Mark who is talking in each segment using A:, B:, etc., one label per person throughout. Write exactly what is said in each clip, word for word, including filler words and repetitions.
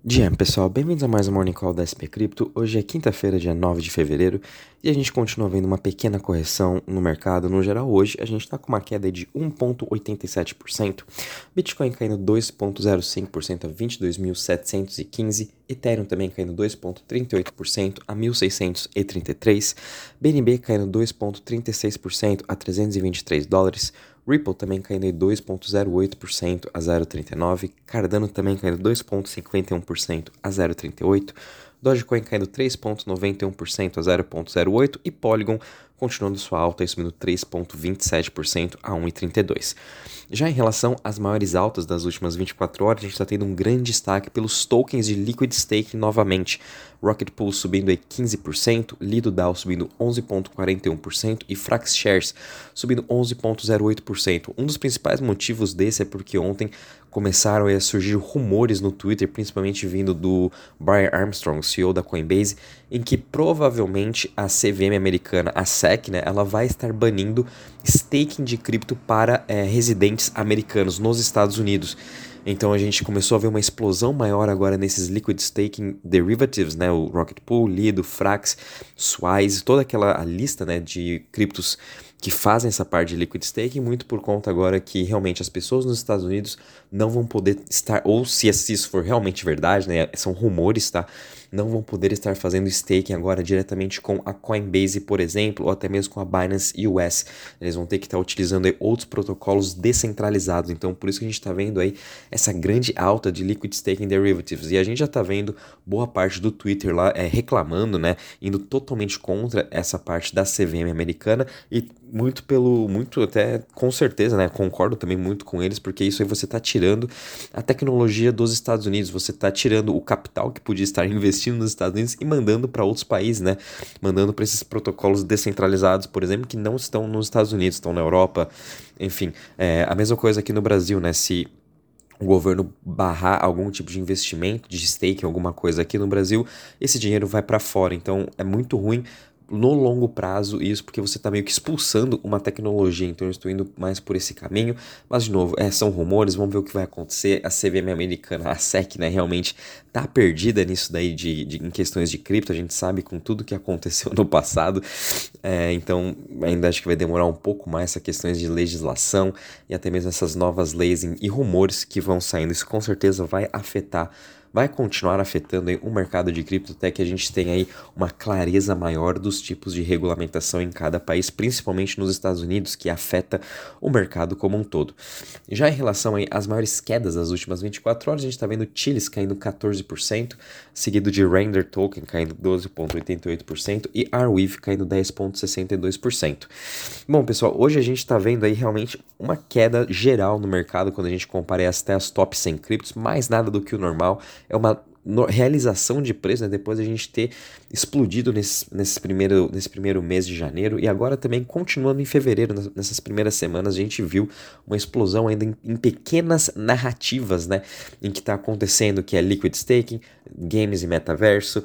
A: Dia, pessoal, bem-vindos a mais um Morning Call da S P Cripto. Hoje é quinta-feira, dia nove de fevereiro, e a gente continua vendo uma pequena correção no mercado. No geral, hoje a gente está com uma queda de um vírgula oitenta e sete por cento, Bitcoin caindo dois vírgula zero cinco por cento a vinte e dois mil setecentos e quinze, Ethereum também caindo dois vírgula trinta e oito por cento a mil seiscentos e trinta e três, B N B caindo dois vírgula trinta e seis por cento a trezentos e vinte e três dólares, Ripple também caindo dois vírgula zero oito por cento a zero vírgula trinta e nove, Cardano também caindo dois vírgula cinquenta e um por cento a zero vírgula trinta e oito, Dogecoin caindo três vírgula noventa e um por cento a zero vírgula zero oito e Polygon continuando sua alta, subindo três vírgula vinte e sete por cento a um vírgula trinta e dois. Já em relação às maiores altas das últimas vinte e quatro horas, a gente está tendo um grande destaque pelos tokens de Liquid Staking novamente. Rocket Pool subindo aí quinze por cento, Lido D A O subindo onze vírgula quarenta e um por cento e Frax Shares subindo onze vírgula zero oito por cento. Um dos principais motivos desse é porque ontem começaram a surgir rumores no Twitter, principalmente vindo do Brian Armstrong, C E O da Coinbase, em que provavelmente a C V M americana, a S E C, né, ela vai estar banindo staking de cripto para é, residentes americanos nos Estados Unidos. Então a gente começou a ver uma explosão maior agora nesses liquid staking derivatives, né, o Rocket Pool, Lido, Frax, Swize, toda aquela a lista, né, de criptos que fazem essa parte de liquid staking, muito por conta agora que realmente as pessoas nos Estados Unidos não vão poder estar, ou se isso for realmente verdade, né, são rumores, tá? Não vão poder estar fazendo staking agora diretamente com a Coinbase, por exemplo, ou até mesmo com a Binance U S. Eles vão ter que estar utilizando aí outros protocolos descentralizados. Então, por isso que a gente está vendo aí essa grande alta de liquid staking derivatives. E a gente já está vendo boa parte do Twitter lá é, reclamando, né, indo totalmente contra essa parte da C V M americana e muito pelo, muito até com certeza, né, concordo também muito com eles, porque isso aí você está tirando a tecnologia dos Estados Unidos, você está tirando o capital que podia estar investindo nos Estados Unidos e mandando para outros países, né, mandando para esses protocolos descentralizados, por exemplo, que não estão nos Estados Unidos, estão na Europa, enfim, é, a mesma coisa aqui no Brasil, né, se o governo barrar algum tipo de investimento, de stake, alguma coisa aqui no Brasil, esse dinheiro vai para fora. Então é muito ruim no longo prazo isso, porque você está meio que expulsando uma tecnologia. Então eu estou indo mais por esse caminho. Mas, de novo, é, são rumores, vamos ver o que vai acontecer. A C V M americana, a S E C, né, realmente está perdida nisso daí de, de, em questões de cripto. A gente sabe com tudo que aconteceu no passado. É, então, ainda acho que vai demorar um pouco mais essas questões de legislação e até mesmo essas novas leis e rumores que vão saindo. Isso com certeza vai afetar, vai continuar afetando aí o mercado de cripto até que a gente tenha aí uma clareza maior dos tipos de regulamentação em cada país, principalmente nos Estados Unidos, que afeta o mercado como um todo. Já em relação aí às maiores quedas das últimas vinte e quatro horas, a gente está vendo Chilis caindo quatorze por cento, seguido de Render Token caindo doze vírgula oitenta e oito por cento e Arweave caindo dez vírgula sessenta e dois por cento. Bom, pessoal, hoje a gente está vendo aí realmente uma queda geral no mercado quando a gente compara até as top cem criptos, mais nada do que o normal. É uma no, realização de preço, né, depois a gente ter explodido nesse, nesse, primeiro, nesse primeiro mês de janeiro e agora também continuando em fevereiro, nessas primeiras semanas a gente viu uma explosão ainda em, em pequenas narrativas, né, em que está acontecendo, que é liquid staking, games e metaverso,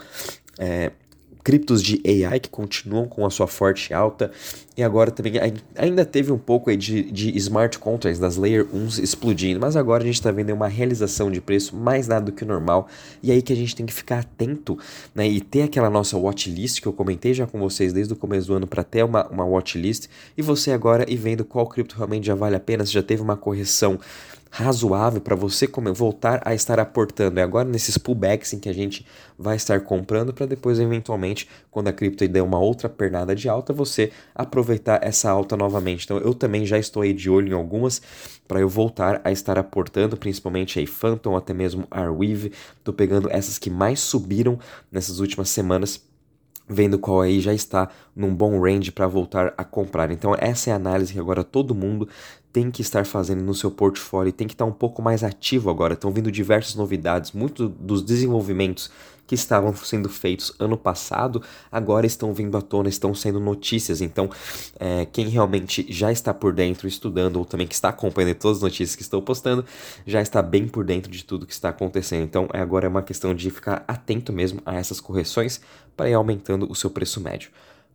A: é, criptos de A I que continuam com a sua forte alta e agora também ainda teve um pouco aí de, de smart contracts das Layer um explodindo, mas agora a gente está vendo uma realização de preço mais nada do que o normal e aí que a gente tem que ficar atento, né, e ter aquela nossa watchlist que eu comentei já com vocês desde o começo do ano para ter uma, uma watchlist e você agora ir vendo qual cripto realmente já vale a pena, se já teve uma correção razoável para você voltar a estar aportando. É agora nesses pullbacks em que a gente vai estar comprando para depois, eventualmente, quando a cripto der uma outra pernada de alta, você aproveitar essa alta novamente. Então eu também já estou aí de olho em algumas para eu voltar a estar aportando, principalmente aí Phantom, até mesmo Arweave. Estou pegando essas que mais subiram nessas últimas semanas, vendo qual aí já está num bom range para voltar a comprar. Então essa é a análise que agora todo mundo tem que estar fazendo no seu portfólio e tem que estar um pouco mais ativo agora. Estão vindo diversas novidades, muitos dos desenvolvimentos que estavam sendo feitos ano passado, agora estão vindo à tona, estão sendo notícias. Então, é, quem realmente já está por dentro estudando, ou também que está acompanhando todas as notícias que estou postando, já está bem por dentro de tudo que está acontecendo. Então, agora é uma questão de ficar atento mesmo a essas correções para ir aumentando o seu preço médio.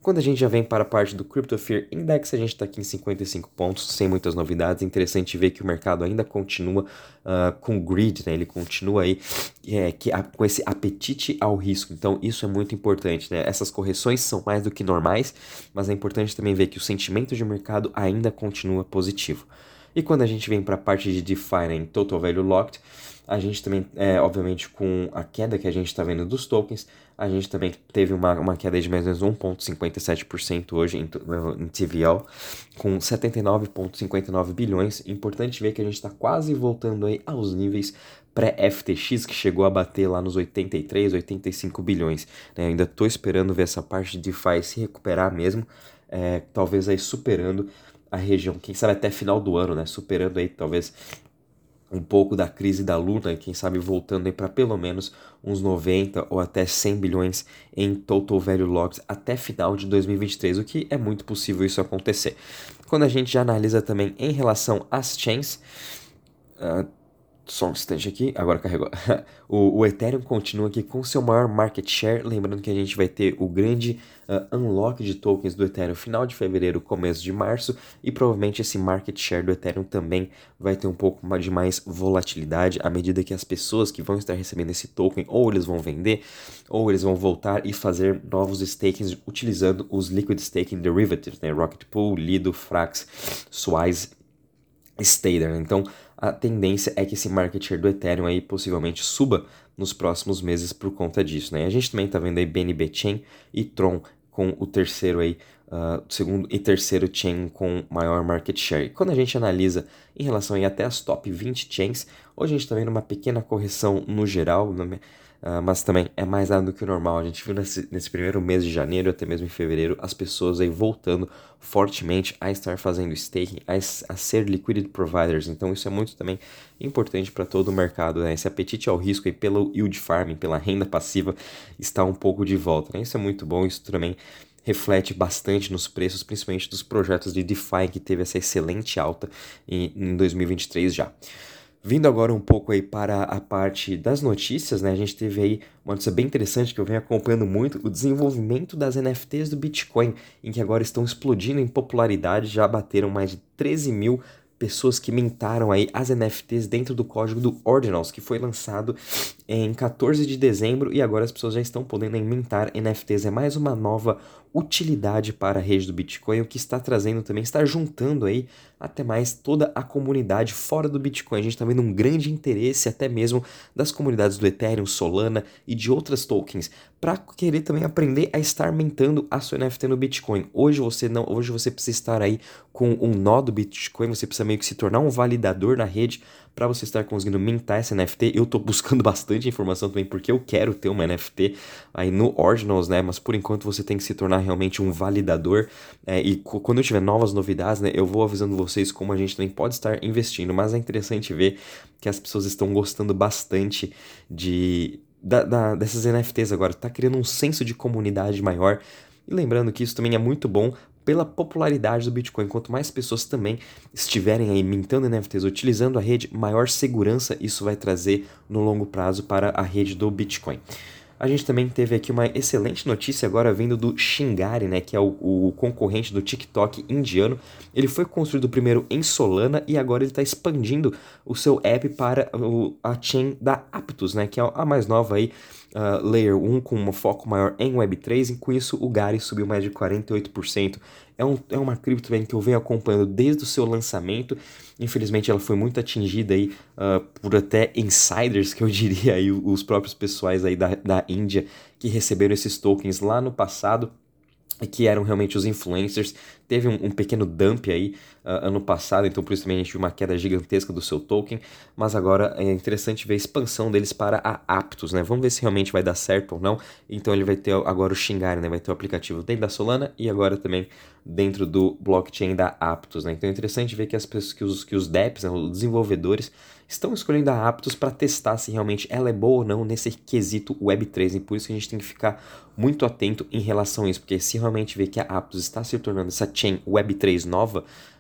A: Quando a gente já vem para a parte do Crypto Fear Index, a gente está aqui em cinquenta e cinco pontos, sem muitas novidades. Interessante ver que o mercado ainda continua uh, com greed, né? Ele continua aí é, que, a, com esse apetite ao risco. Então isso é muito importante, né? Essas correções são mais do que normais, mas é importante também ver que o sentimento de mercado ainda continua positivo. E quando a gente vem para a parte de DeFi, né, em Total Value Locked, a gente também, é, obviamente, com a queda que a gente está vendo dos tokens, a gente também teve uma, uma queda de mais ou menos um vírgula cinquenta e sete por cento hoje em, em T V L, com setenta e nove vírgula cinquenta e nove bilhões. Importante ver que a gente está quase voltando aí aos níveis pré-F T X, que chegou a bater lá nos oitenta e três, oitenta e cinco bilhões. Né? Eu ainda estou esperando ver essa parte de DeFi se recuperar mesmo, é, talvez aí superando a região, quem sabe até final do ano, né? Superando aí talvez um pouco da crise da Luna e quem sabe voltando aí para pelo menos uns noventa ou até cem bilhões em Total Value Locked até final de dois mil e vinte e três, o que é muito possível isso acontecer. Quando a gente já analisa também em relação às chains, uh, só um instante aqui, agora carregou. o, o Ethereum continua aqui com seu maior market share, lembrando que a gente vai ter o grande uh, unlock de tokens do Ethereum final de fevereiro, começo de março, e provavelmente esse market share do Ethereum também vai ter um pouco de mais volatilidade à medida que as pessoas que vão estar recebendo esse token, ou eles vão vender, ou eles vão voltar e fazer novos stakings utilizando os Liquid Staking Derivatives, né? Rocket Pool, Lido, Frax, Swize, Stader. Então a tendência é que esse market share do Ethereum aí possivelmente suba nos próximos meses por conta disso, né? A gente também tá vendo aí B N B Chain e Tron com o terceiro aí, uh, segundo e terceiro chain com maior market share. E quando a gente analisa em relação aí até as top vinte chains, hoje a gente tá vendo uma pequena correção no geral, né? Uh, mas também é mais nada do que o normal. A gente viu nesse, nesse primeiro mês de janeiro, até mesmo em fevereiro, as pessoas aí voltando fortemente a estar fazendo staking, a, a ser liquidity providers. Então isso é muito também importante para todo o mercado, né? Esse apetite ao risco aí pelo yield farming, pela renda passiva, está um pouco de volta, né? Isso é muito bom, isso também reflete bastante nos preços, principalmente dos projetos de DeFi, que teve essa excelente alta em, em dois mil e vinte e três já. Vindo agora um pouco aí para a parte das notícias, né? A gente teve aí uma notícia bem interessante que eu venho acompanhando muito, o desenvolvimento das N F Ts do Bitcoin, em que agora estão explodindo em popularidade, já bateram mais de treze mil pessoas que mintaram aí as N F Ts dentro do código do Ordinals, que foi lançado em quatorze de dezembro, e agora as pessoas já estão podendo mintar N F Ts. É mais uma nova utilidade para a rede do Bitcoin, o que está trazendo também, está juntando aí até mais toda a comunidade fora do Bitcoin. A gente está vendo um grande interesse até mesmo das comunidades do Ethereum, Solana e de outras tokens para querer também aprender a estar mintando a sua N F T no Bitcoin. Hoje você não, hoje você precisa estar aí com um nó do Bitcoin, você precisa meio que se tornar um validador na rede para você estar conseguindo mintar essa N F T. Eu tô buscando bastante informação também porque eu quero ter uma N F T aí no Ordinals, né? Mas por enquanto você tem que se tornar realmente um validador. É, e quando eu tiver novas novidades, né, eu vou avisando vocês como a gente também pode estar investindo. Mas é interessante ver que as pessoas estão gostando bastante de da, da, dessas N F Ts agora. Tá criando um senso de comunidade maior. E lembrando que isso também é muito bom pela popularidade do Bitcoin. Quanto mais pessoas também estiverem aí mintando N F Ts, utilizando a rede, maior segurança isso vai trazer no longo prazo para a rede do Bitcoin. A gente também teve aqui uma excelente notícia agora vindo do Shingari, né, que é o, o concorrente do TikTok indiano. Ele foi construído primeiro em Solana e agora ele está expandindo o seu app para o, a chain da Aptos, né, que é a mais nova aí, uh, Layer um, com um foco maior em web três, e com isso o Gari subiu mais de quarenta e oito por cento. É, um, é uma cripto bem, que eu venho acompanhando desde o seu lançamento. Infelizmente ela foi muito atingida aí, uh, por até insiders, que eu diria aí, os próprios pessoais aí da, da Índia que receberam esses tokens lá no passado, que eram realmente os influencers. Teve um, um pequeno dump aí uh, ano passado, então por isso também a gente viu uma queda gigantesca do seu token, mas agora é interessante ver a expansão deles para a Aptos, né? Vamos ver se realmente vai dar certo ou não. Então ele vai ter agora o Shingari, né? Vai ter o aplicativo dentro da Solana e agora também dentro do blockchain da Aptos, né? Então é interessante ver que as pessoas, que os, que os dApps, né, os desenvolvedores, estão escolhendo a Aptos para testar se realmente ela é boa ou não nesse quesito web três, e por isso que a gente tem que ficar muito atento em relação a isso, porque se realmente ver que a Aptos está se tornando essa chain web três nova,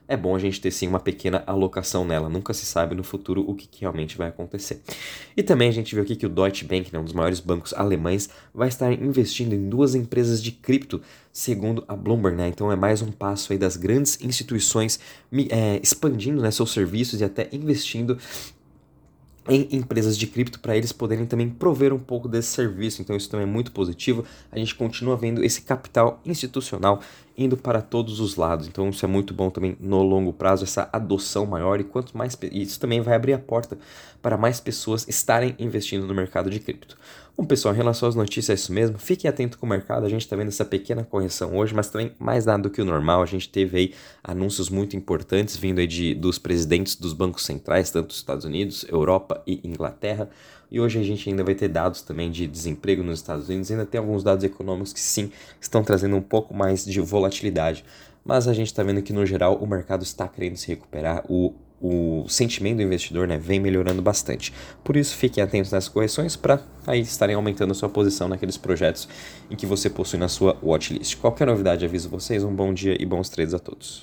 A: é bom a gente ter sim uma pequena alocação nela. Nunca se sabe no futuro o que, que realmente vai acontecer. E também a gente viu aqui que o Deutsche Bank, né, um dos maiores bancos alemães, vai estar investindo em duas empresas de cripto, segundo a Bloomberg, né? Então é mais um passo aí das grandes instituições é, expandindo, né, seus serviços e até investindo em empresas de cripto para eles poderem também prover um pouco desse serviço. Então isso também é muito positivo. A gente continua vendo esse capital institucional indo para todos os lados. Então isso é muito bom também no longo prazo, essa adoção maior e quanto mais isso também vai abrir a porta para mais pessoas estarem investindo no mercado de cripto. Bom, pessoal, em relação às notícias, é isso mesmo. Fiquem atentos com o mercado. A gente está vendo essa pequena correção hoje, mas também mais nada do que o normal. A gente teve aí anúncios muito importantes vindo aí de, dos presidentes dos bancos centrais, tanto dos Estados Unidos, Europa e Inglaterra. E hoje a gente ainda vai ter dados também de desemprego nos Estados Unidos. Ainda tem alguns dados econômicos que sim estão trazendo um pouco mais de volatilidade. Mas a gente está vendo que no geral o mercado está querendo se recuperar. O O sentimento do investidor, né, vem melhorando bastante. Por isso, fiquem atentos nas correções para aí estarem aumentando a sua posição naqueles projetos em que você possui na sua watchlist. Qualquer novidade, aviso vocês. Um bom dia e bons trades a todos.